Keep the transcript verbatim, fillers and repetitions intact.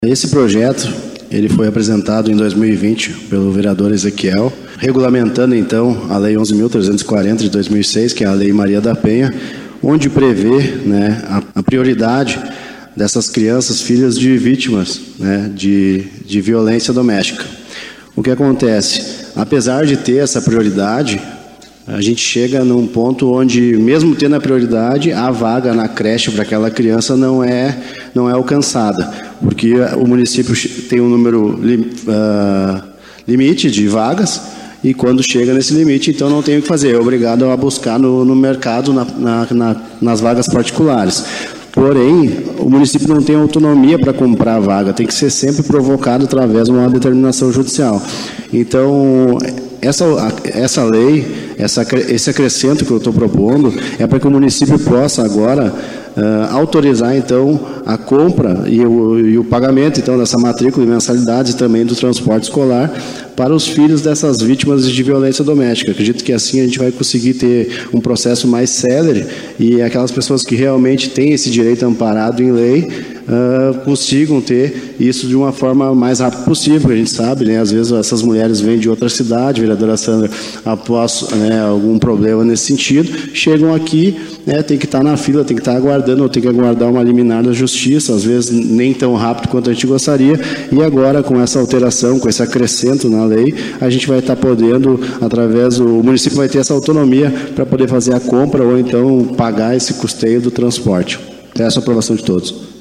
Esse projeto ele foi apresentado em dois mil e vinte pelo vereador Ezequiel, regulamentando então a Lei onze mil trezentos e quarenta de dois mil e seis, que é a Lei Maria da Penha, onde prevê, né, a, a prioridade dessas crianças, filhas de vítimas, né, de, de violência doméstica. O que acontece? Apesar de ter essa prioridade, a gente chega num ponto onde, mesmo tendo a prioridade, a vaga na creche para aquela criança não é, não é alcançada, porque o município tem um número uh, limite de vagas, e quando chega nesse limite, então não tem o que fazer, é obrigado a buscar no, no mercado, na, na, na, nas vagas particulares. Porém, o município não tem autonomia para comprar a vaga, tem que ser sempre provocado através de uma determinação judicial. Então, essa, essa lei, essa, esse acrescento que eu estou propondo, é para que o município possa agora uh, autorizar, então, a compra e o, e o pagamento, então, dessa matrícula e mensalidades e também do transporte escolar para os filhos dessas vítimas de violência doméstica. Acredito que assim a gente vai conseguir ter um processo mais célere e aquelas pessoas que realmente têm esse direito amparado em lei uh, consigam ter isso de uma forma mais rápida possível. A gente sabe, né, às vezes essas mulheres vêm de outra cidade, vereadora Sandra, após, né, algum problema nesse sentido, chegam aqui, né, tem que estar na fila, tem que estar aguardando, ou tem que aguardar uma liminar da justiça, às vezes nem tão rápido quanto a gente gostaria, e agora com essa alteração, com esse acrescento na lei, a gente vai estar podendo, através do o município vai ter essa autonomia para poder fazer a compra ou então pagar esse custeio do transporte. Peço a aprovação de todos.